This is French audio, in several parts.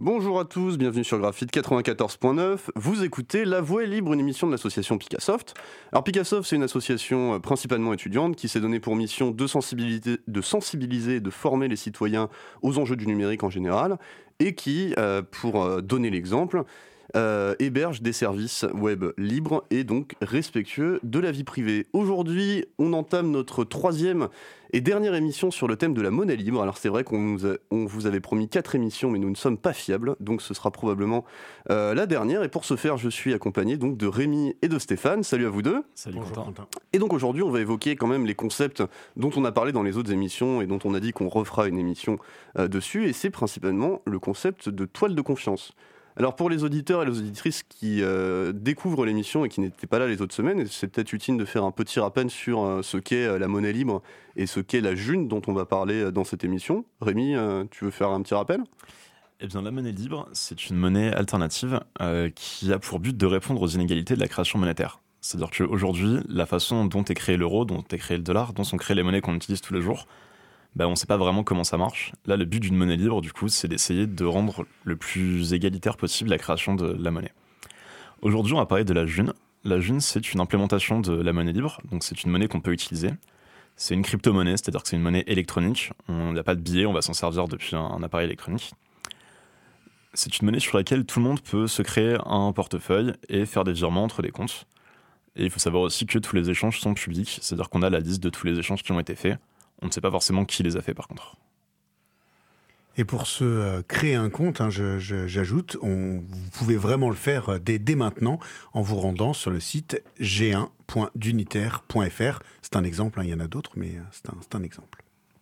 Bonjour à tous, bienvenue sur Graphite 94.9. Vous écoutez La Voix est libre, une émission de l'association Picassoft. Alors Picassoft, c'est une association principalement étudiante qui s'est donnée pour mission de sensibiliser et de former les citoyens aux enjeux du numérique en général et qui, pour donner l'exemple, héberge des services web libres et donc respectueux de la vie privée. Aujourd'hui, on entame notre troisième et dernière émission sur le thème de la monnaie libre. Alors c'est vrai qu'on vous avait promis 4 émissions, mais nous ne sommes pas fiables, donc ce sera probablement la dernière. Et pour ce faire, je suis accompagné donc de Rémi et de Stéphane. Salut à vous deux. Salut Quentin. Et donc aujourd'hui, on va évoquer quand même les concepts dont on a parlé dans les autres émissions et dont on a dit qu'on refera une émission dessus. Et c'est principalement le concept de toile de confiance. Alors pour les auditeurs et les auditrices qui découvrent l'émission et qui n'étaient pas là les autres semaines, c'est peut-être utile de faire un petit rappel sur ce qu'est la monnaie libre et ce qu'est la June dont on va parler dans cette émission. Rémi, tu veux faire un petit rappel ? Eh bien, la monnaie libre, c'est une monnaie alternative qui a pour but de répondre aux inégalités de la création monétaire. C'est-à-dire qu'aujourd'hui, la façon dont est créé l'euro, dont est créé le dollar, dont sont créées les monnaies qu'on utilise tous les jours, on ne sait pas vraiment comment ça marche. Là, le but d'une monnaie libre, du coup, c'est d'essayer de rendre le plus égalitaire possible la création de la monnaie. Aujourd'hui, on va parler de la June. La June, c'est une implémentation de la monnaie libre, donc c'est une monnaie qu'on peut utiliser. C'est une crypto-monnaie, c'est-à-dire que c'est une monnaie électronique. On n'a pas de billet, on va s'en servir depuis un appareil électronique. C'est une monnaie sur laquelle tout le monde peut se créer un portefeuille et faire des virements entre des comptes. Et il faut savoir aussi que tous les échanges sont publics, c'est-à-dire qu'on a la liste de tous les échanges qui ont été faits. On ne sait pas forcément qui les a fait par contre. Et pour se créer un compte, j'ajoute, vous pouvez vraiment le faire dès maintenant en vous rendant sur le site g1.dunitaire.fr. C'est un exemple, il y en a d'autres, mais c'est un exemple.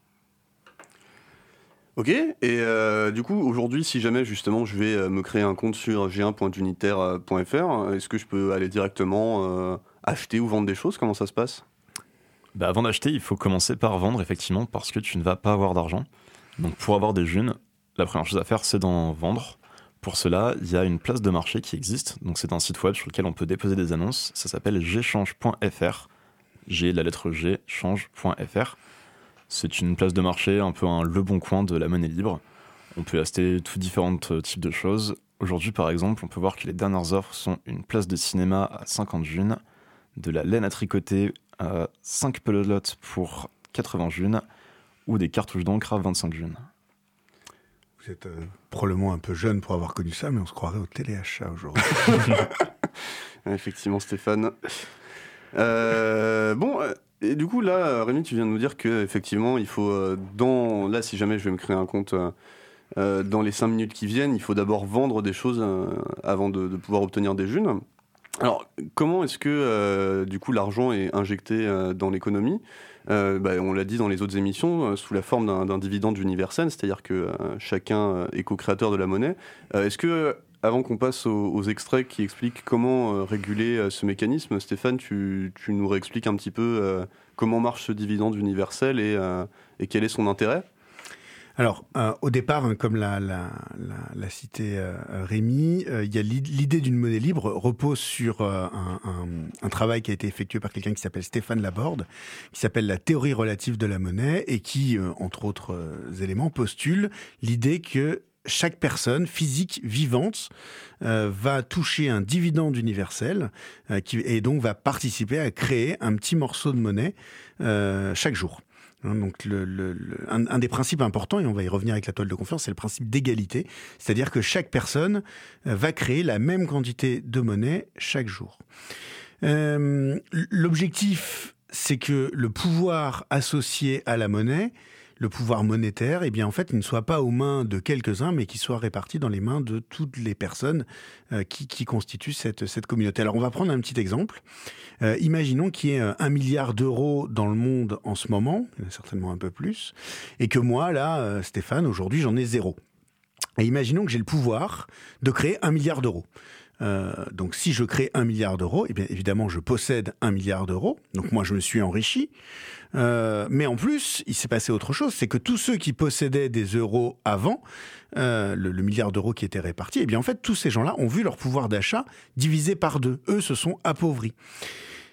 Ok, et du coup, aujourd'hui, si jamais justement je vais me créer un compte sur g1.dunitaire.fr, est-ce que je peux aller directement acheter ou vendre des choses ? Comment ça se passe ? Avant d'acheter, il faut commencer par vendre, effectivement, parce que tu ne vas pas avoir d'argent. Donc pour avoir des junes, la première chose à faire, c'est d'en vendre. Pour cela, il y a une place de marché qui existe. Donc c'est un site web sur lequel on peut déposer des annonces. Ça s'appelle gchange.fr. G, la lettre G, change.fr. C'est une place de marché, un peu le bon coin de la monnaie libre. On peut acheter tous différents types de choses. Aujourd'hui, par exemple, on peut voir que les dernières offres sont une place de cinéma à 50 junes, de la laine à tricoter à 5 pelotes pour 80 junes, ou des cartouches d'encre à 25 junes. Vous êtes probablement un peu jeune pour avoir connu ça, mais on se croirait au téléachat aujourd'hui. Effectivement, Stéphane. Et du coup, là, Rémi, tu viens de nous dire qu'effectivement, il faut, là, si jamais je vais me créer un compte dans les 5 minutes qui viennent, il faut d'abord vendre des choses avant de pouvoir obtenir des junes. Alors, comment est-ce que, du coup, l'argent est injecté dans l'économie ? On l'a dit dans les autres émissions, sous la forme d'un dividende universel, c'est-à-dire que chacun est co-créateur de la monnaie. Est-ce que, avant qu'on passe aux extraits qui expliquent comment réguler ce mécanisme, Stéphane, tu nous réexpliques un petit peu comment marche ce dividende universel et quel est son intérêt ? Alors, au départ, comme l'a cité Rémi, il y a l'idée d'une monnaie libre repose sur un travail qui a été effectué par quelqu'un qui s'appelle Stéphane Laborde, qui s'appelle la théorie relative de la monnaie et qui, entre autres éléments, postule l'idée que chaque personne physique vivante va toucher un dividende universel et donc va participer à créer un petit morceau de monnaie chaque jour. Donc un des principes importants, et on va y revenir avec la toile de confiance, c'est le principe d'égalité. C'est-à-dire que chaque personne va créer la même quantité de monnaie chaque jour. L'objectif, c'est que le pouvoir associé à la monnaie, le pouvoir monétaire, en fait, il ne soit pas aux mains de quelques-uns, mais qu'il soit réparti dans les mains de toutes les personnes qui constituent cette communauté. Alors, on va prendre un petit exemple. Imaginons qu'il y ait 1 milliard d'euros dans le monde en ce moment, il y en a certainement un peu plus, et que moi, là, Stéphane, aujourd'hui, j'en ai 0. Et imaginons que j'ai le pouvoir de créer 1 milliard d'euros. Donc si je crée 1 milliard d'euros, bien évidemment je possède 1 milliard d'euros, donc moi je me suis enrichi, mais en plus il s'est passé autre chose, c'est que tous ceux qui possédaient des euros avant, le milliard d'euros qui était réparti, en fait tous ces gens-là ont vu leur pouvoir d'achat divisé par 2, eux se sont appauvris.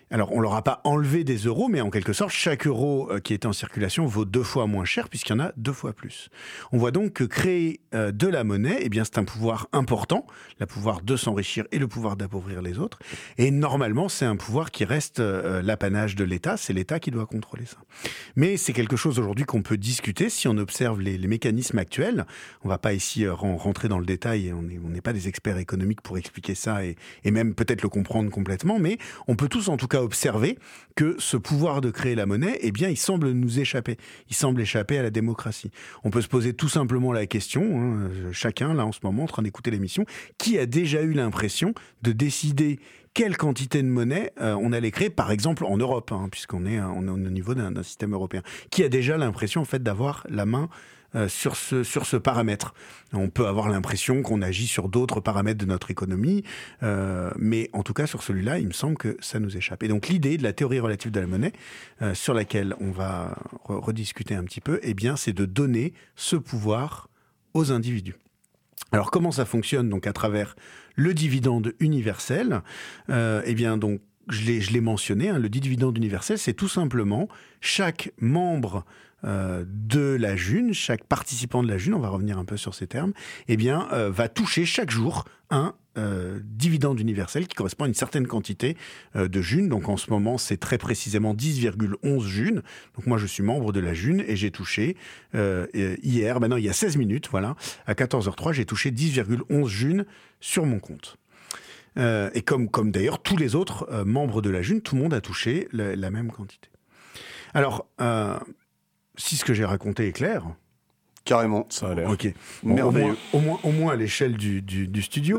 Alors, on leur a pas enlevé des euros, mais en quelque sorte, chaque euro qui était en circulation vaut 2 fois moins cher puisqu'il y en a 2 fois plus. On voit donc que créer de la monnaie, eh bien, c'est un pouvoir important, le pouvoir de s'enrichir et le pouvoir d'appauvrir les autres. Et normalement, c'est un pouvoir qui reste l'apanage de l'État. C'est l'État qui doit contrôler ça. Mais c'est quelque chose aujourd'hui qu'on peut discuter si on observe les mécanismes actuels. On va pas ici rentrer dans le détail. On n'est pas des experts économiques pour expliquer ça et même peut-être le comprendre complètement. Mais on peut tous en tout cas observer que ce pouvoir de créer la monnaie, eh bien, il semble nous échapper. Il semble échapper à la démocratie. On peut se poser tout simplement la question, chacun, là, en ce moment, en train d'écouter l'émission, qui a déjà eu l'impression de décider quelle quantité de monnaie on allait créer, par exemple, en Europe, puisqu'on est au niveau d'un système européen. Qui a déjà l'impression, en fait, d'avoir la main sur ce paramètre. On peut avoir l'impression qu'on agit sur d'autres paramètres de notre économie, mais en tout cas sur celui-là, il me semble que ça nous échappe. Et donc l'idée de la théorie relative de la monnaie, sur laquelle on va rediscuter un petit peu, eh bien, c'est de donner ce pouvoir aux individus. Alors comment ça fonctionne donc à travers le dividende universel? Eh bien donc je l'ai mentionné, le dividende universel, c'est tout simplement chaque membre de la June, chaque participant de la June, on va revenir un peu sur ces termes, eh bien, va toucher chaque jour un dividende universel qui correspond à une certaine quantité de June. Donc en ce moment, c'est très précisément 10,11 June. Donc moi, je suis membre de la June et j'ai touché hier, il y a 16 minutes, voilà, à 14h03, j'ai touché 10,11 June sur mon compte. Et comme d'ailleurs tous les autres membres de la June, tout le monde a touché la même quantité. Alors, si ce que j'ai raconté est clair... Carrément. Ça a l'air. Ok. Merveilleux. Au moins à l'échelle du studio.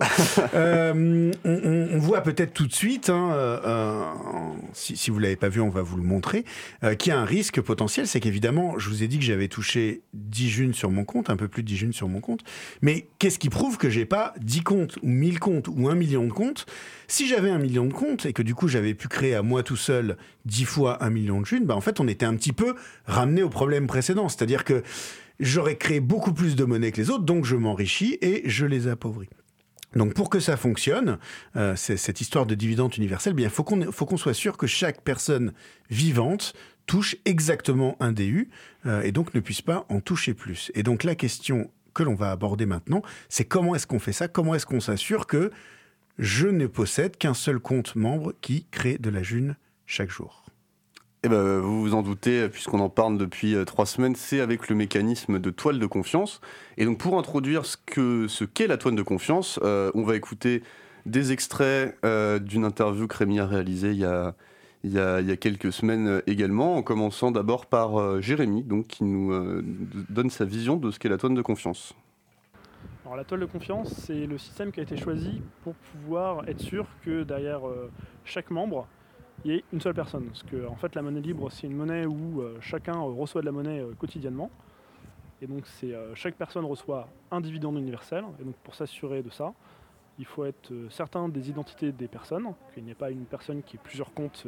On voit peut-être tout de suite, si vous ne l'avez pas vu, on va vous le montrer, qu'il y a un risque potentiel. C'est qu'évidemment, je vous ai dit que j'avais touché 10 Junes sur mon compte, un peu plus de 10 Junes sur mon compte. Mais qu'est-ce qui prouve que je n'ai pas 10 comptes, ou 1000 comptes, ou 1 million de comptes? Si j'avais 1 million de comptes, et que du coup j'avais pu créer à moi tout seul 10 fois 1 million de Junes, en fait on était un petit peu ramené au problème précédent. C'est-à-dire que j'aurais créé beaucoup plus de monnaie que les autres, donc je m'enrichis et je les appauvris. Donc pour que ça fonctionne, cette histoire de dividende universel, il faut qu'on soit sûr que chaque personne vivante touche exactement un DU et donc ne puisse pas en toucher plus. Et donc la question que l'on va aborder maintenant, c'est comment est-ce qu'on fait ça? Comment est-ce qu'on s'assure que je ne possède qu'un seul compte membre qui crée de la June chaque jour? Eh ben, vous vous en doutez, puisqu'on en parle depuis 3 semaines, c'est avec le mécanisme de toile de confiance. Et donc pour introduire ce qu'est la toile de confiance, on va écouter des extraits d'une interview que Rémi a réalisée il y a quelques semaines également, en commençant d'abord par Jérémy, donc, qui nous donne sa vision de ce qu'est la toile de confiance. Alors la toile de confiance, c'est le système qui a été choisi pour pouvoir être sûr que derrière chaque membre, il y ait une seule personne. Parce que en fait, la monnaie libre, c'est une monnaie où chacun reçoit de la monnaie quotidiennement. Et donc chaque personne reçoit un dividende universel. Et donc pour s'assurer de ça, il faut être certain des identités des personnes, qu'il n'y ait pas une personne qui ait plusieurs comptes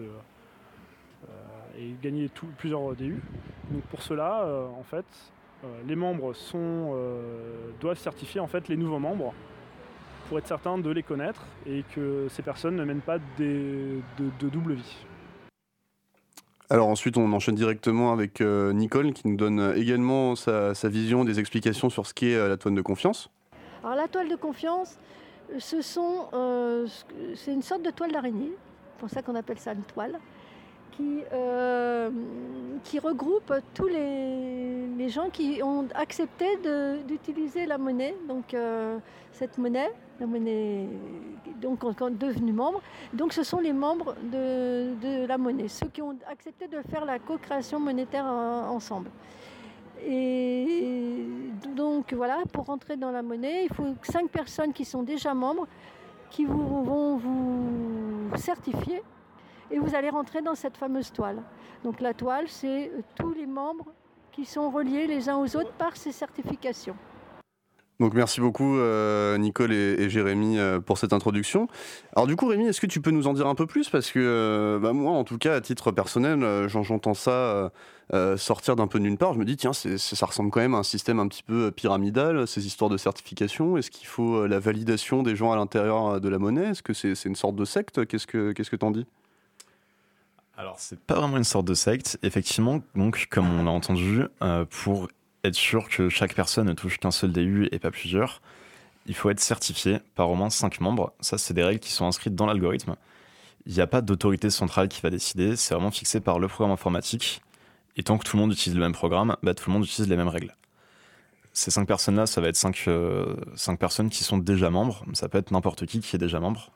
et gagner plusieurs DU. Donc pour cela, en fait, les membres doivent certifier en fait les nouveaux membres pour être certain de les connaître et que ces personnes ne mènent pas de double vie. Alors ensuite, on enchaîne directement avec Nicole qui nous donne également sa vision, des explications sur ce qu'est la toile de confiance. Alors la toile de confiance, c'est une sorte de toile d'araignée, c'est pour ça qu'on appelle ça une toile, qui regroupe tous les gens qui ont accepté d'utiliser la monnaie, donc cette monnaie, la monnaie, donc quand devenus membres. Donc ce sont les membres de la monnaie, ceux qui ont accepté de faire la co-création monétaire ensemble. Et donc voilà, pour rentrer dans la monnaie, il faut 5 personnes qui sont déjà membres qui vont vous certifier. Et vous allez rentrer dans cette fameuse toile. Donc la toile, c'est tous les membres qui sont reliés les uns aux autres par ces certifications. Donc merci beaucoup Nicole et Jérémy pour cette introduction. Alors du coup Rémi, est-ce que tu peux nous en dire un peu plus? Parce que moi en tout cas à titre personnel, j'entends ça sortir d'un peu de nulle part. Je me dis tiens, ça ressemble quand même à un système un petit peu pyramidal, ces histoires de certification. Est-ce qu'il faut la validation des gens à l'intérieur de la monnaie? Est-ce que c'est une sorte de secte? Qu'est-ce que t'en dis? Alors, c'est pas vraiment une sorte de secte. Effectivement, donc, comme on l'a entendu, pour être sûr que chaque personne ne touche qu'un seul DU et pas plusieurs, il faut être certifié par au moins 5 membres. Ça, c'est des règles qui sont inscrites dans l'algorithme. Il n'y a pas d'autorité centrale qui va décider. C'est vraiment fixé par le programme informatique. Et tant que tout le monde utilise le même programme, tout le monde utilise les mêmes règles. Ces 5 personnes-là, ça va être 5 personnes qui sont déjà membres. Ça peut être n'importe qui est déjà membre.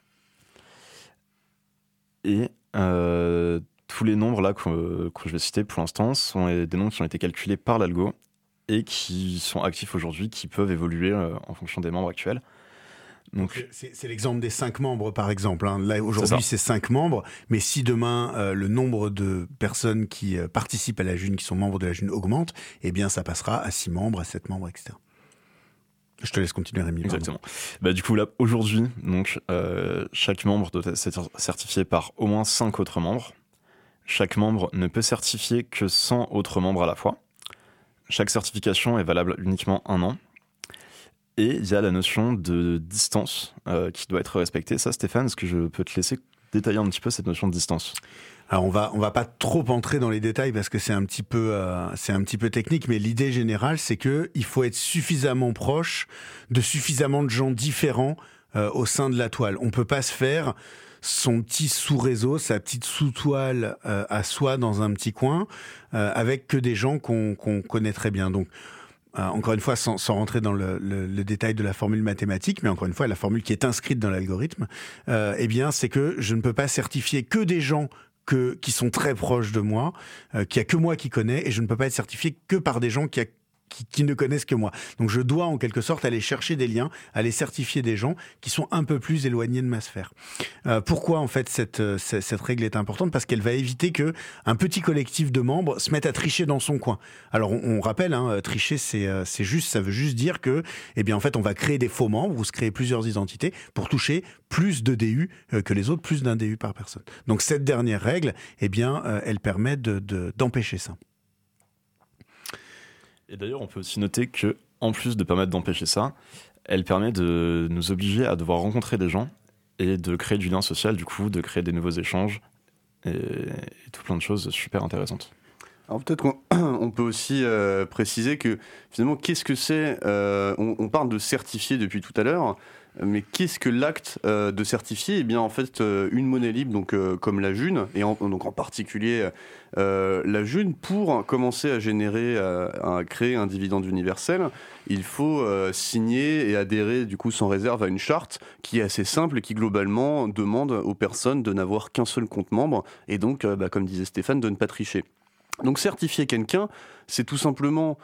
Et tous les nombres là que je vais citer pour l'instant sont des nombres qui ont été calculés par l'algo et qui sont actifs aujourd'hui, qui peuvent évoluer en fonction des membres actuels. Donc, c'est l'exemple des 5 membres, par exemple. Hein. Là, aujourd'hui, c'est 5 membres, mais si demain, le nombre de personnes qui participent à la June, qui sont membres de la June, augmente, eh bien, ça passera à 6 membres, à 7 membres, etc. Je te laisse continuer, Rémi. Exactement. Du coup, là, aujourd'hui, donc, chaque membre doit être certifié par au moins 5 autres membres. Chaque membre ne peut certifier que 100 autres membres à la fois. Chaque certification est valable uniquement 1 an. Et il y a la notion de distance qui doit être respectée. Ça, Stéphane, est-ce que je peux te laisser détailler un petit peu cette notion de distance ? Alors on va pas trop entrer dans les détails parce que c'est un petit peu technique, mais l'idée générale, c'est que il faut être suffisamment proche de suffisamment de gens différents au sein de la toile. On peut pas se faire son petit sous-réseau, sa petite sous-toile à soi dans un petit coin avec que des gens qu'on connaît très bien. Donc encore une fois, sans rentrer dans le détail de la formule mathématique, mais encore une fois, la formule qui est inscrite dans l'algorithme, eh bien, c'est que je ne peux pas certifier que des gens qui sont très proches de moi, qu'il y a que moi qui connais, et je ne peux pas être certifié que par des gens qui ne connaissent que moi. Donc je dois en quelque sorte aller chercher des liens, aller certifier des gens qui sont un peu plus éloignés de ma sphère. Pourquoi en fait cette règle est importante ? Parce qu'elle va éviter que un petit collectif de membres se mette à tricher dans son coin. Alors on rappelle, hein, tricher c'est juste, ça veut juste dire que, eh bien en fait on va créer des faux membres ou se créer plusieurs identités pour toucher plus de DU que les autres, plus d'un DU par personne. Donc cette dernière règle, eh bien elle permet d'empêcher ça. Et d'ailleurs, on peut aussi noter que, en plus de permettre d'empêcher ça, elle permet de nous obliger à devoir rencontrer des gens et de créer du lien social, du coup, de créer des nouveaux échanges et tout plein de choses super intéressantes. Alors peut-être qu'on peut aussi préciser que finalement, qu'est-ce que c'est on parle de certifier depuis tout à l'heure, mais qu'est-ce que l'acte de certifier ? Eh bien, en fait, une monnaie libre, donc comme la June, et donc en particulier la June, pour commencer à générer, à créer un dividende universel, il faut signer et adhérer du coup sans réserve à une charte qui est assez simple et qui globalement demande aux personnes de n'avoir qu'un seul compte membre et donc, comme disait Stéphane, de ne pas tricher. Donc certifier quelqu'un, c'est tout simplement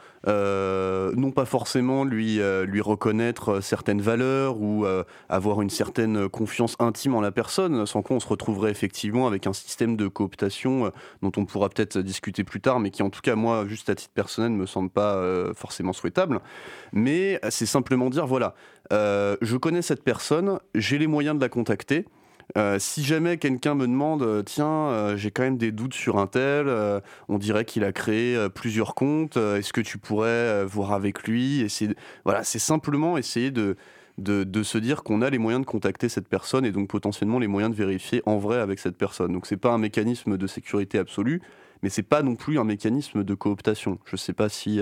non pas forcément lui reconnaître certaines valeurs ou avoir une certaine confiance intime en la personne, sans quoi on se retrouverait effectivement avec un système de cooptation dont on pourra peut-être discuter plus tard, mais qui en tout cas moi, juste à titre personnel, ne me semble pas forcément souhaitable. Mais c'est simplement dire, voilà, je connais cette personne, j'ai les moyens de la contacter. Si jamais quelqu'un me demande tiens, j'ai quand même des doutes sur un tel, on dirait qu'il a créé plusieurs comptes, est-ce que tu pourrais voir avec lui, et c'est simplement essayer de se dire qu'on a les moyens de contacter cette personne et donc potentiellement les moyens de vérifier en vrai avec cette personne. Donc c'est pas un mécanisme de sécurité absolue, mais c'est pas non plus un mécanisme de cooptation. Je sais pas si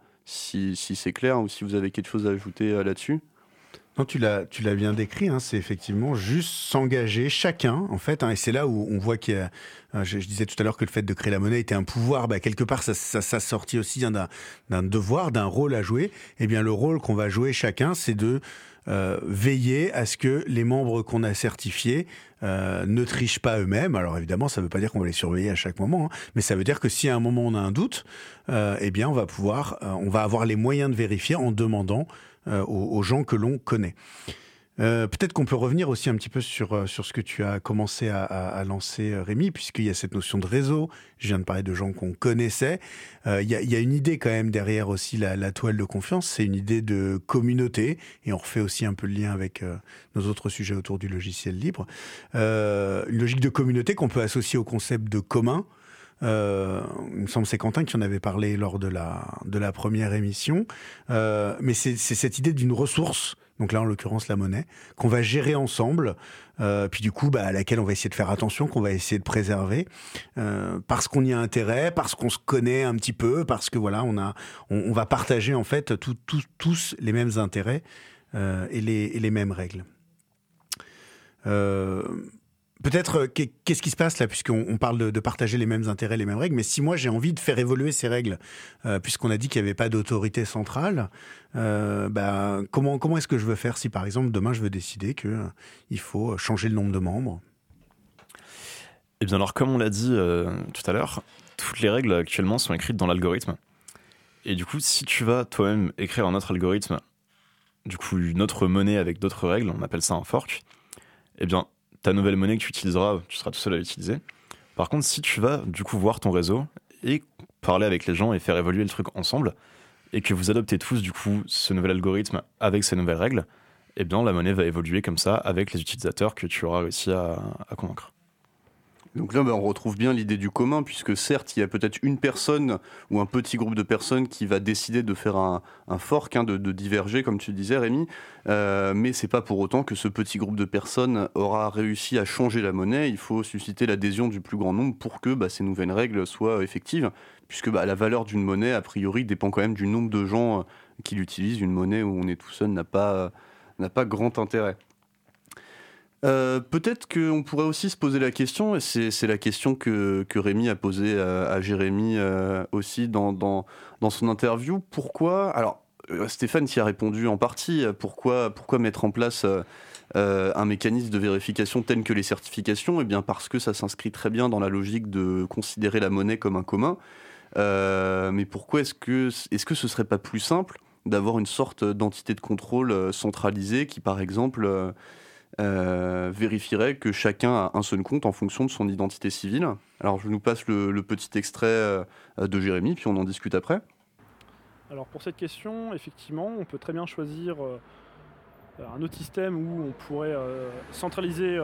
c'est clair ou si vous avez quelque chose à ajouter là-dessus. Non, tu l'as bien décrit, hein, c'est effectivement juste s'engager chacun, en fait, hein, et c'est là où on voit qu'il y a, je disais tout à l'heure que le fait de créer la monnaie était un pouvoir, quelque part ça sortit aussi d'un devoir, d'un rôle à jouer. Eh bien le rôle qu'on va jouer chacun, c'est de veiller à ce que les membres qu'on a certifiés ne trichent pas eux-mêmes. Alors évidemment, ça ne veut pas dire qu'on va les surveiller à chaque moment, hein, mais ça veut dire que si à un moment on a un doute, eh bien on va avoir les moyens de vérifier en demandant aux gens que l'on connaît. Peut-être qu'on peut revenir aussi un petit peu sur ce que tu as commencé à lancer, Rémi, puisqu'il y a cette notion de réseau. Je viens de parler de gens qu'on connaissait. Il y a une idée quand même derrière aussi la toile de confiance. C'est une idée de communauté, et on refait aussi un peu le lien avec nos autres sujets autour du logiciel libre. Une logique de communauté qu'on peut associer au concept de commun. Il me semble que c'est Quentin qui en avait parlé lors de la première émission, mais c'est cette idée d'une ressource donc là en l'occurrence la monnaie, qu'on va gérer ensemble, puis du coup à laquelle on va essayer de faire attention, qu'on va essayer de préserver, parce qu'on y a intérêt, parce qu'on se connaît un petit peu, parce que voilà, on va partager en fait tous les mêmes intérêts et les mêmes règles. Peut-être, qu'est-ce qui se passe là, puisqu'on parle de partager les mêmes intérêts, les mêmes règles, mais si moi j'ai envie de faire évoluer ces règles, puisqu'on a dit qu'il n'y avait pas d'autorité centrale, comment est-ce que je veux faire si par exemple demain je veux décider qu'il faut changer le nombre de membres ? Eh bien alors comme on l'a dit tout à l'heure, toutes les règles actuellement sont écrites dans l'algorithme. Et du coup, si tu vas toi-même écrire un autre algorithme, du coup une autre monnaie avec d'autres règles, on appelle ça un fork, eh bien ta nouvelle monnaie que tu utiliseras, tu seras tout seul à l'utiliser. Par contre, si tu vas du coup voir ton réseau et parler avec les gens et faire évoluer le truc ensemble, et que vous adoptez tous du coup ce nouvel algorithme avec ces nouvelles règles, eh bien la monnaie va évoluer comme ça avec les utilisateurs que tu auras réussi à convaincre. Donc là, on retrouve bien l'idée du commun, puisque certes, il y a peut-être une personne ou un petit groupe de personnes qui va décider de faire un fork, de diverger, comme tu le disais, Rémi, mais c'est pas pour autant que ce petit groupe de personnes aura réussi à changer la monnaie. Il faut susciter l'adhésion du plus grand nombre pour que ces nouvelles règles soient effectives, puisque la valeur d'une monnaie, a priori, dépend quand même du nombre de gens qui l'utilisent. Une monnaie où on est tout seul n'a pas grand intérêt. Peut-être qu'on pourrait aussi se poser la question, et c'est la question que Rémi a posée à Jérémy aussi dans son interview. Pourquoi, alors Stéphane s'y a répondu en partie, pourquoi mettre en place un mécanisme de vérification tel que les certifications ? Eh bien parce que ça s'inscrit très bien dans la logique de considérer la monnaie comme un commun. Mais pourquoi est-ce que ce serait pas plus simple d'avoir une sorte d'entité de contrôle centralisée qui, par exemple, vérifierait que chacun a un seul compte en fonction de son identité civile. Alors je nous passe le petit extrait de Jérémy, puis on en discute après. Alors pour cette question, effectivement, on peut très bien choisir un autre système où on pourrait centraliser,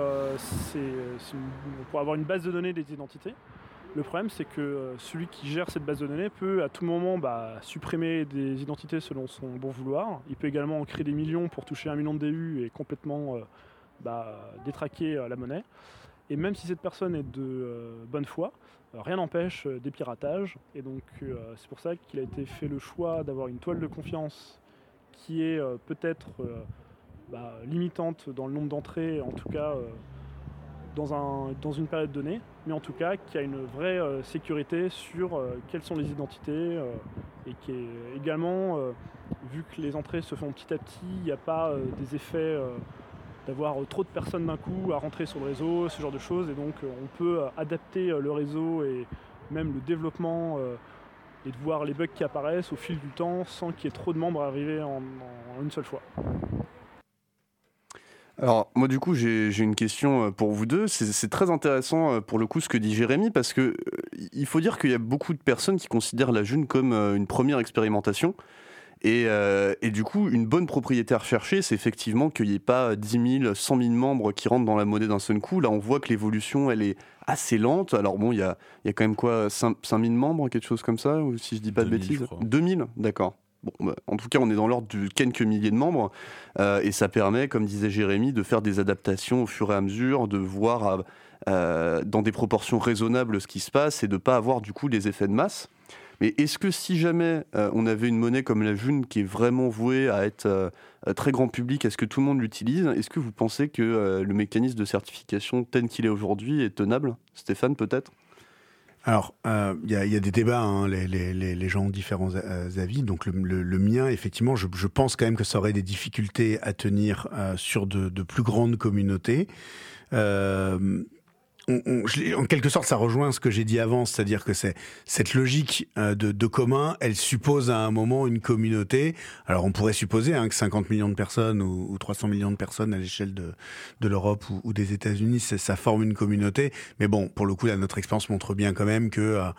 on pourrait avoir une base de données des identités. Le problème, c'est que celui qui gère cette base de données peut à tout moment supprimer des identités selon son bon vouloir. Il peut également en créer des millions pour toucher 1 million de DU et complètement détraquer la monnaie. Et même si cette personne est de bonne foi, rien n'empêche des piratages. Et donc c'est pour ça qu'il a été fait le choix d'avoir une toile de confiance qui est peut-être limitante dans le nombre d'entrées, en tout cas dans une période donnée, mais en tout cas qui a une vraie sécurité sur quelles sont les identités et qui est également, vu que les entrées se font petit à petit, il n'y a pas des effets d'avoir trop de personnes d'un coup à rentrer sur le réseau, ce genre de choses, et donc on peut adapter le réseau et même le développement et de voir les bugs qui apparaissent au fil du temps sans qu'il y ait trop de membres arrivés en une seule fois. Alors moi du coup j'ai une question pour vous deux, c'est très intéressant pour le coup ce que dit Jérémy, parce que il faut dire qu'il y a beaucoup de personnes qui considèrent la June comme une première expérimentation. Et du coup, une bonne propriété à rechercher, c'est effectivement qu'il n'y ait pas 10 000, 100 000 membres qui rentrent dans la monnaie d'un seul coup. Là, on voit que l'évolution, elle est assez lente. Alors bon, il y a quand même quoi, 5 000 membres, quelque chose comme ça, ou si je dis pas de bêtises. 2000, d'accord. Bon, en tout cas, on est dans l'ordre de quelques milliers de membres. Et ça permet, comme disait Jérémy, de faire des adaptations au fur et à mesure, de voir dans des proportions raisonnables ce qui se passe et de ne pas avoir du coup des effets de masse. Mais est-ce que si jamais on avait une monnaie comme la June qui est vraiment vouée à être très grand public, est-ce que tout le monde l'utilise ? Est-ce que vous pensez que le mécanisme de certification tel qu'il est aujourd'hui est tenable ? Stéphane, peut-être ? Alors, il y a des débats, les gens ont différents avis. Donc le mien, effectivement, je pense quand même que ça aurait des difficultés à tenir sur de plus grandes communautés. En quelque sorte, ça rejoint ce que j'ai dit avant, c'est-à-dire que c'est cette logique de commun, elle suppose à un moment une communauté. Alors on pourrait supposer que 50 millions de personnes ou 300 millions de personnes à l'échelle de l'Europe ou des États-Unis, ça forme une communauté. Mais bon, pour le coup, là, notre expérience montre bien quand même que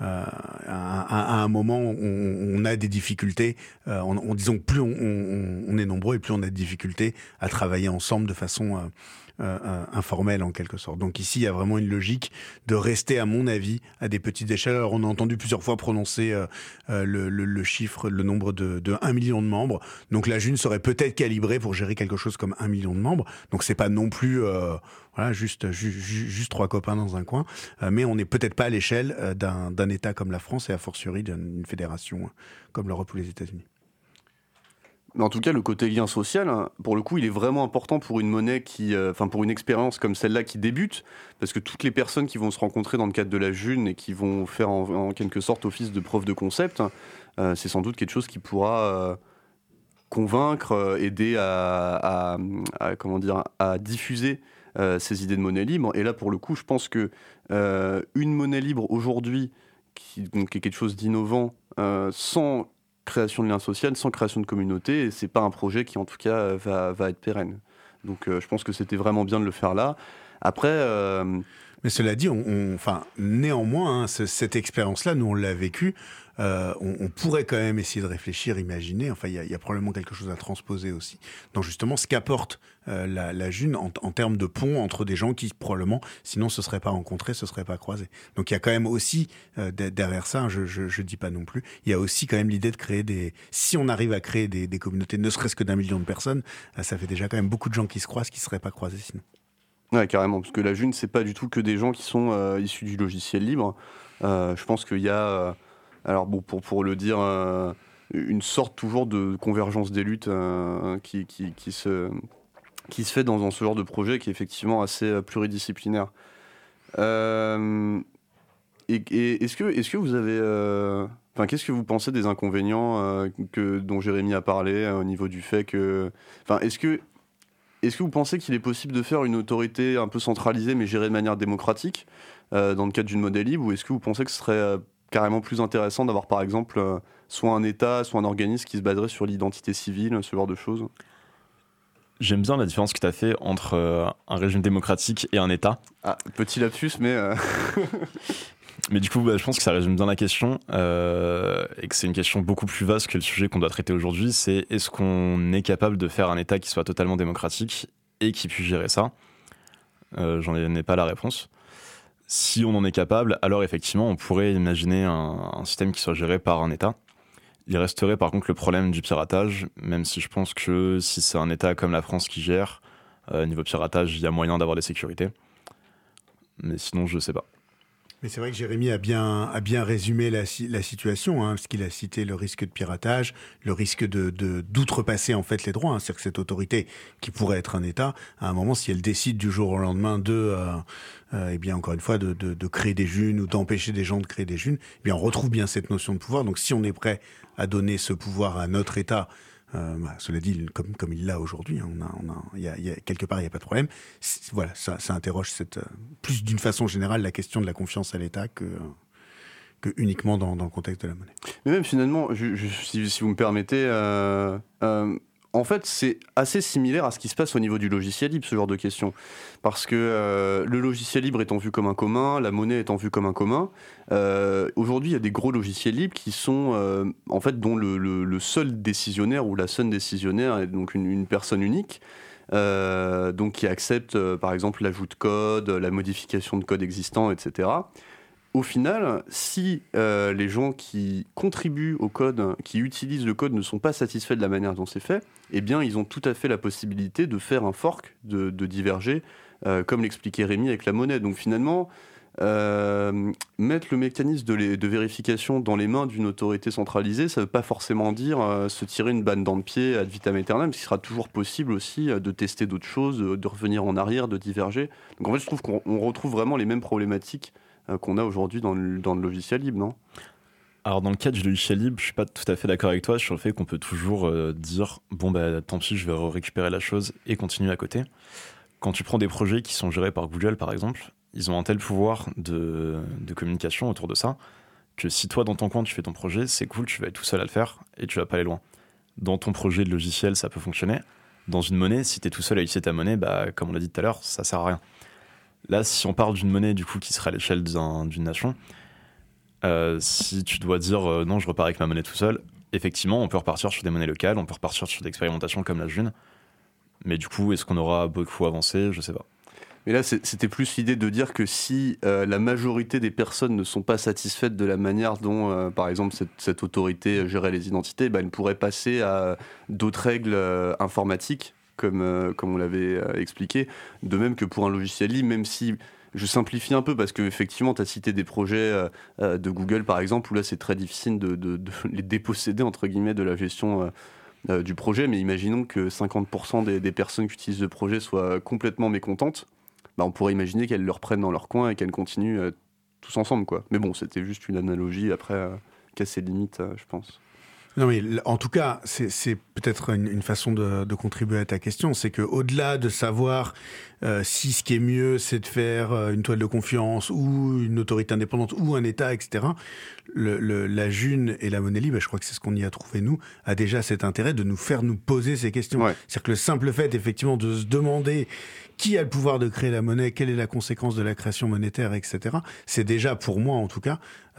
à un moment, on a des difficultés. Disons que plus on est nombreux et plus on a de difficultés à travailler ensemble de façon informelle en quelque sorte. Donc ici, il y a vraiment une logique de rester, à mon avis, à des petites échelles. Alors, on a entendu plusieurs fois prononcer le chiffre, le nombre de 1 million de membres. Donc la June serait peut-être calibrée pour gérer quelque chose comme 1 million de membres. Donc c'est pas non plus juste 3 copains dans un coin. Mais on n'est peut-être pas à l'échelle d'un État comme la France et a fortiori d'une fédération comme l'Europe ou les États-Unis. Mais en tout cas, le côté lien social, hein, pour le coup, il est vraiment important pour une monnaie pour une expérience comme celle-là qui débute, parce que toutes les personnes qui vont se rencontrer dans le cadre de la June et qui vont faire en quelque sorte office de preuve de concept, c'est sans doute quelque chose qui pourra convaincre, aider à diffuser ces idées de monnaie libre. Et là, pour le coup, je pense que une monnaie libre aujourd'hui, qui est quelque chose d'innovant, sans création de lien social, sans création de communauté, et c'est pas un projet qui en tout cas va être pérenne. Donc je pense que c'était vraiment bien de le faire là. Après... Mais cela dit, néanmoins, cette expérience-là, nous on l'a vécue, on pourrait quand même essayer de réfléchir, imaginer, il y a probablement quelque chose à transposer aussi, dans justement ce qu'apporte la June en termes de pont entre des gens qui probablement, sinon se seraient pas rencontrés, se seraient pas croisés. Donc il y a quand même aussi, derrière ça, je dis pas non plus, il y a aussi quand même l'idée de créer si on arrive à créer des communautés, ne serait-ce que d'1 million de personnes, ça fait déjà quand même beaucoup de gens qui se croisent, qui seraient pas croisés sinon. Ouais, carrément, parce que la June, c'est pas du tout que des gens qui sont issus du logiciel libre. Je pense qu'il y a, pour le dire, une sorte toujours de convergence des luttes qui se fait dans ce genre de projet qui est effectivement assez pluridisciplinaire. Et est-ce que vous avez... qu'est-ce que vous pensez des inconvénients dont Jérémy a parlé au niveau du fait que... Est-ce que vous pensez qu'il est possible de faire une autorité un peu centralisée mais gérée de manière démocratique dans le cadre d'une monnaie libre, ou est-ce que vous pensez que ce serait carrément plus intéressant d'avoir par exemple soit un État, soit un organisme qui se baserait sur l'identité civile, ce genre de choses? J'aime bien la différence que tu as fait entre un régime démocratique et un État. Ah, petit lapsus, mais... Mais du coup, je pense que ça résume bien la question et que c'est une question beaucoup plus vaste que le sujet qu'on doit traiter aujourd'hui. C'est est-ce qu'on est capable de faire un État qui soit totalement démocratique et qui puisse gérer ça? J'en ai pas la réponse. Si on en est capable, alors effectivement, on pourrait imaginer un système qui soit géré par un État. Il resterait par contre le problème du piratage, même si je pense que si c'est un État comme la France qui gère, niveau piratage, il y a moyen d'avoir des sécurités. Mais sinon, je sais pas. Mais c'est vrai que Jérémy a bien résumé la situation, parce qu'il a cité le risque de piratage, le risque d'outrepasser en fait les droits. C'est-à-dire que cette autorité, qui pourrait être un État, à un moment, si elle décide du jour au lendemain encore une fois, de créer des junes ou d'empêcher des gens de créer des junes, on retrouve bien cette notion de pouvoir. Donc si on est prêt à donner ce pouvoir à notre État, cela dit, comme il l'a aujourd'hui, quelque part, il n'y a pas de problème. Ça interroge plus d'une façon générale la question de la confiance à l'État que uniquement dans le contexte de la monnaie. Mais même finalement, si vous me permettez, en fait, c'est assez similaire à ce qui se passe au niveau du logiciel libre, ce genre de questions. Parce que le logiciel libre étant vu comme un commun, la monnaie étant vue comme un commun, aujourd'hui, il y a des gros logiciels libres qui sont, dont le seul décisionnaire ou la seule décisionnaire est donc une personne unique, donc qui accepte, par exemple, l'ajout de code, la modification de code existant, etc. Au final, si les gens qui contribuent au code, qui utilisent le code, ne sont pas satisfaits de la manière dont c'est fait, eh bien, ils ont tout à fait la possibilité de faire un fork, de diverger, comme l'expliquait Rémi avec la monnaie. Donc finalement, mettre le mécanisme de vérification dans les mains d'une autorité centralisée, ça ne veut pas forcément dire se tirer une balle dans le pied ad vitam aeternam, parce qu'il sera toujours possible aussi de tester d'autres choses, de revenir en arrière, de diverger. Donc en fait, je trouve qu'on retrouve vraiment les mêmes problématiques qu'on a aujourd'hui dans le logiciel libre, non? Alors dans le cas du logiciel libre, je suis pas tout à fait d'accord avec toi sur le fait qu'on peut toujours dire tant pis, je vais récupérer la chose et continuer à côté. Quand tu prends des projets qui sont gérés par Google par exemple, ils ont un tel pouvoir de communication autour de ça que si toi dans ton coin tu fais ton projet, c'est cool, tu vas être tout seul à le faire et tu vas pas aller loin. Dans ton projet de logiciel, ça peut fonctionner. Dans une monnaie, si tu es tout seul à utiliser ta monnaie, comme on l'a dit tout à l'heure, ça sert à rien. Là, si on parle d'une monnaie du coup qui serait à l'échelle d'une nation, Si tu dois dire non, je repars avec ma monnaie tout seul, effectivement, on peut repartir sur des monnaies locales, on peut repartir sur des expérimentations comme la June. Mais du coup, est-ce qu'on aura beaucoup avancé ? Je sais pas. Mais là, c'était plus l'idée de dire que si la majorité des personnes ne sont pas satisfaites de la manière dont, par exemple, cette autorité gérait les identités, elle pourrait passer à d'autres règles informatiques, comme on l'avait expliqué. De même que pour un logiciel libre, même si je simplifie un peu, parce qu'effectivement, tu as cité des projets de Google, par exemple, où là, c'est très difficile de les déposséder, entre guillemets, de la gestion du projet. Mais imaginons que 50% des personnes qui utilisent le projet soient complètement mécontentes. On pourrait imaginer qu'elles le reprennent dans leur coin et qu'elles continuent tous ensemble, quoi. Mais bon, c'était juste une analogie, après, qui a ses limites, je pense. Non, mais en tout cas, c'est peut-être une façon de contribuer à ta question. C'est qu'au-delà de savoir si ce qui est mieux, c'est de faire une toile de confiance ou une autorité indépendante ou un État, etc., la June et la monnaie libre, je crois que c'est ce qu'on y a trouvé, nous, a déjà cet intérêt de nous faire nous poser ces questions. Ouais. C'est-à-dire que le simple fait, effectivement, de se demander qui a le pouvoir de créer la monnaie, quelle est la conséquence de la création monétaire, etc., c'est déjà, pour moi en tout cas,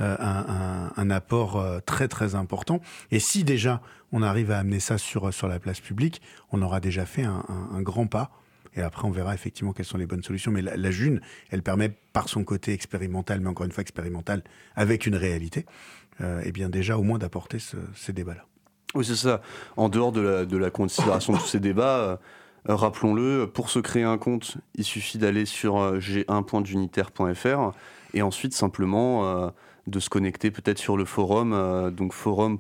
un apport très très important. Et si déjà on arrive à amener ça sur la place publique, on aura déjà fait un grand pas. Et après, on verra effectivement quelles sont les bonnes solutions. Mais la June, elle permet, par son côté expérimental, mais encore une fois expérimental, avec une réalité, et bien déjà au moins d'apporter ces débats-là. Oui, c'est ça. En dehors de la considération de tous ces débats, rappelons-le, pour se créer un compte, il suffit d'aller sur g1.junitaire.fr et ensuite simplement de se connecter peut-être sur le forum, donc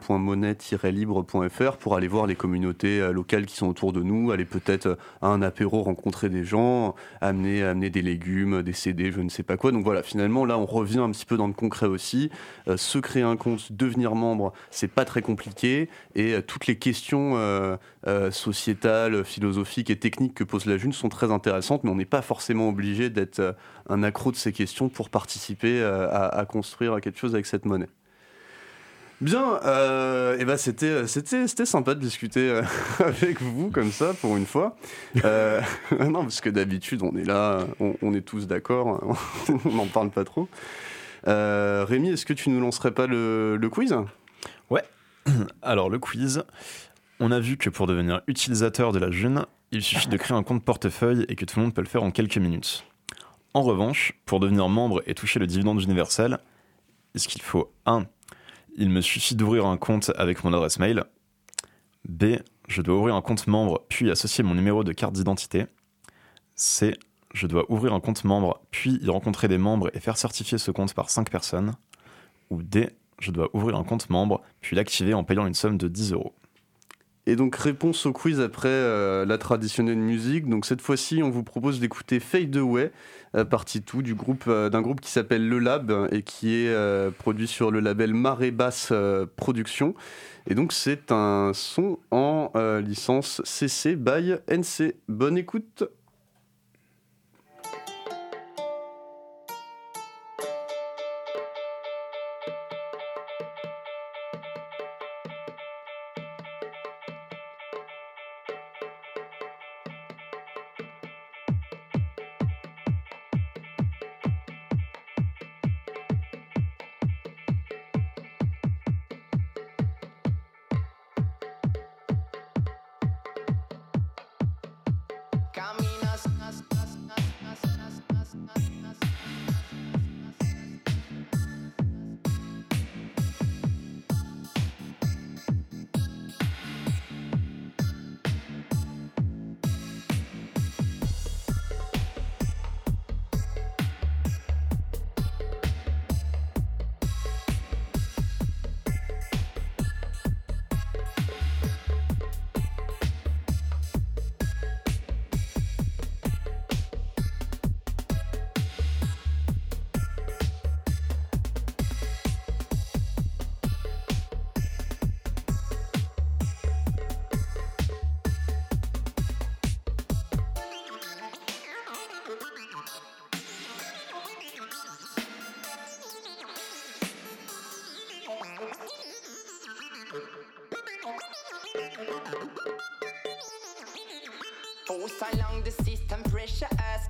forum.monnaie-libre.fr, pour aller voir les communautés locales qui sont autour de nous, aller peut-être à un apéro, rencontrer des gens, amener des légumes, des CD, je ne sais pas quoi. Donc voilà, finalement là on revient un petit peu dans le concret aussi. Se créer un compte, devenir membre, c'est pas très compliqué, et toutes les questions sociétales, philosophiques et techniques que pose la June sont très intéressantes, mais on n'est pas forcément obligé d'être un accro de ces questions pour participer à construire quelque chose avec cette monnaie. Bien, et c'était sympa de discuter avec vous comme ça pour une fois. Non, parce que d'habitude on est là, on est tous d'accord, on n'en parle pas trop. Rémi, est-ce que tu nous lancerais pas le quiz ? Ouais. Alors le quiz, on a vu que pour devenir utilisateur de la June, il suffit de créer un compte portefeuille et que tout le monde peut le faire en quelques minutes. En revanche, pour devenir membre et toucher le dividende universel, est-ce qu'il faut 1. Il me suffit d'ouvrir un compte avec mon adresse mail. B. Je dois ouvrir un compte membre puis associer mon numéro de carte d'identité. C. Je dois ouvrir un compte membre puis y rencontrer des membres et faire certifier ce compte par 5 personnes. Ou D. Je dois ouvrir un compte membre puis l'activer en payant une somme de 10 €. Et donc réponse au quiz après la traditionnelle musique. Donc cette fois-ci, on vous propose d'écouter Fade Away, partie 2 d'un groupe qui s'appelle Le Lab et qui est produit sur le label Marée Basse Productions. Et donc c'est un son en licence CC by NC. Bonne écoute. Force along the system, pressure us.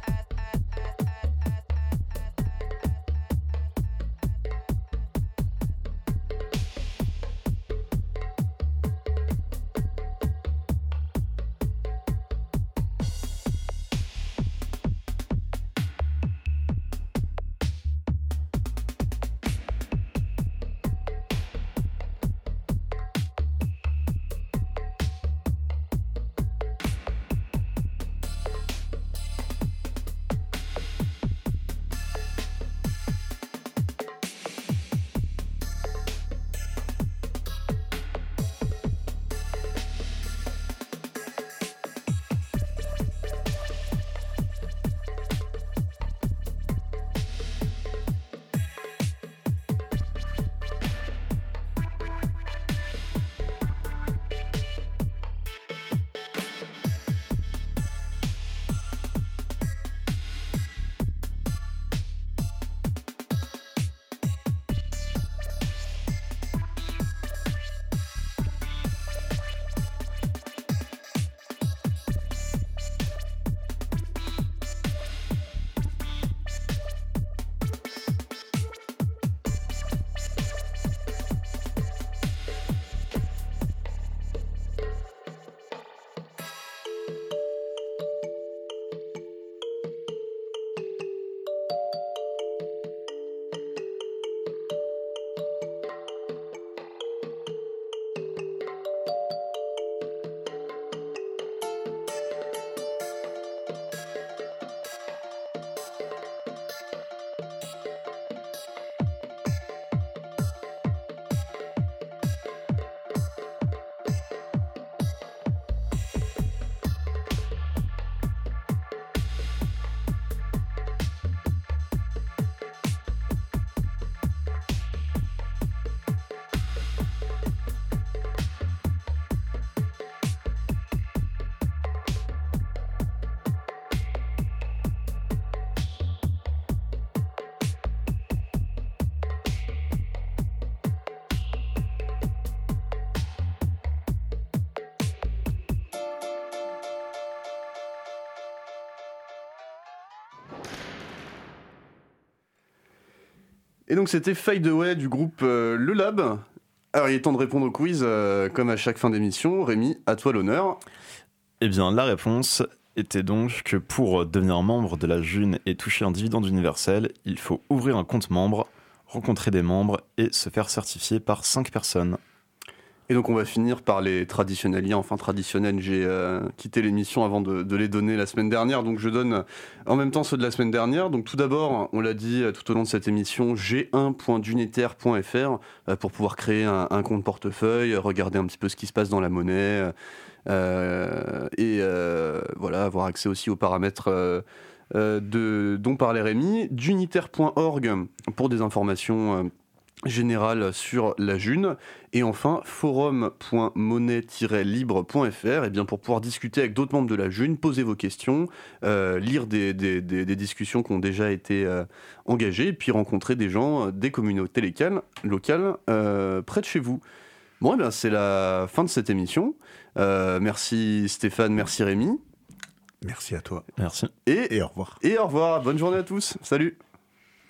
Et donc c'était Fade Away du groupe Le Lab. Alors il est temps de répondre au quiz comme à chaque fin d'émission. Rémi, à toi l'honneur. Eh bien, la réponse était donc que pour devenir membre de la June et toucher un dividende universel, il faut ouvrir un compte membre, rencontrer des membres et se faire certifier par 5 personnes. Et donc on va finir par les traditionnels liens. Enfin traditionnels, j'ai quitté l'émission avant de les donner la semaine dernière, donc je donne en même temps ceux de la semaine dernière. Donc tout d'abord, on l'a dit tout au long de cette émission, g1.dunitaire.fr pour pouvoir créer un compte portefeuille, regarder un petit peu ce qui se passe dans la monnaie et voilà, avoir accès aussi aux paramètres dont parlait Rémi. Dunitaire.org pour des informations générale sur la June, et enfin forum.monnaie-libre.fr, et bien pour pouvoir discuter avec d'autres membres de la June, poser vos questions, lire des discussions qui ont déjà été engagées, et puis rencontrer des gens, des communautés locales près de chez vous. Bon, et bien c'est la fin de cette émission. Merci Stéphane, merci Rémi. Merci à toi. Merci. Et au revoir. Et au revoir, bonne journée à tous, salut.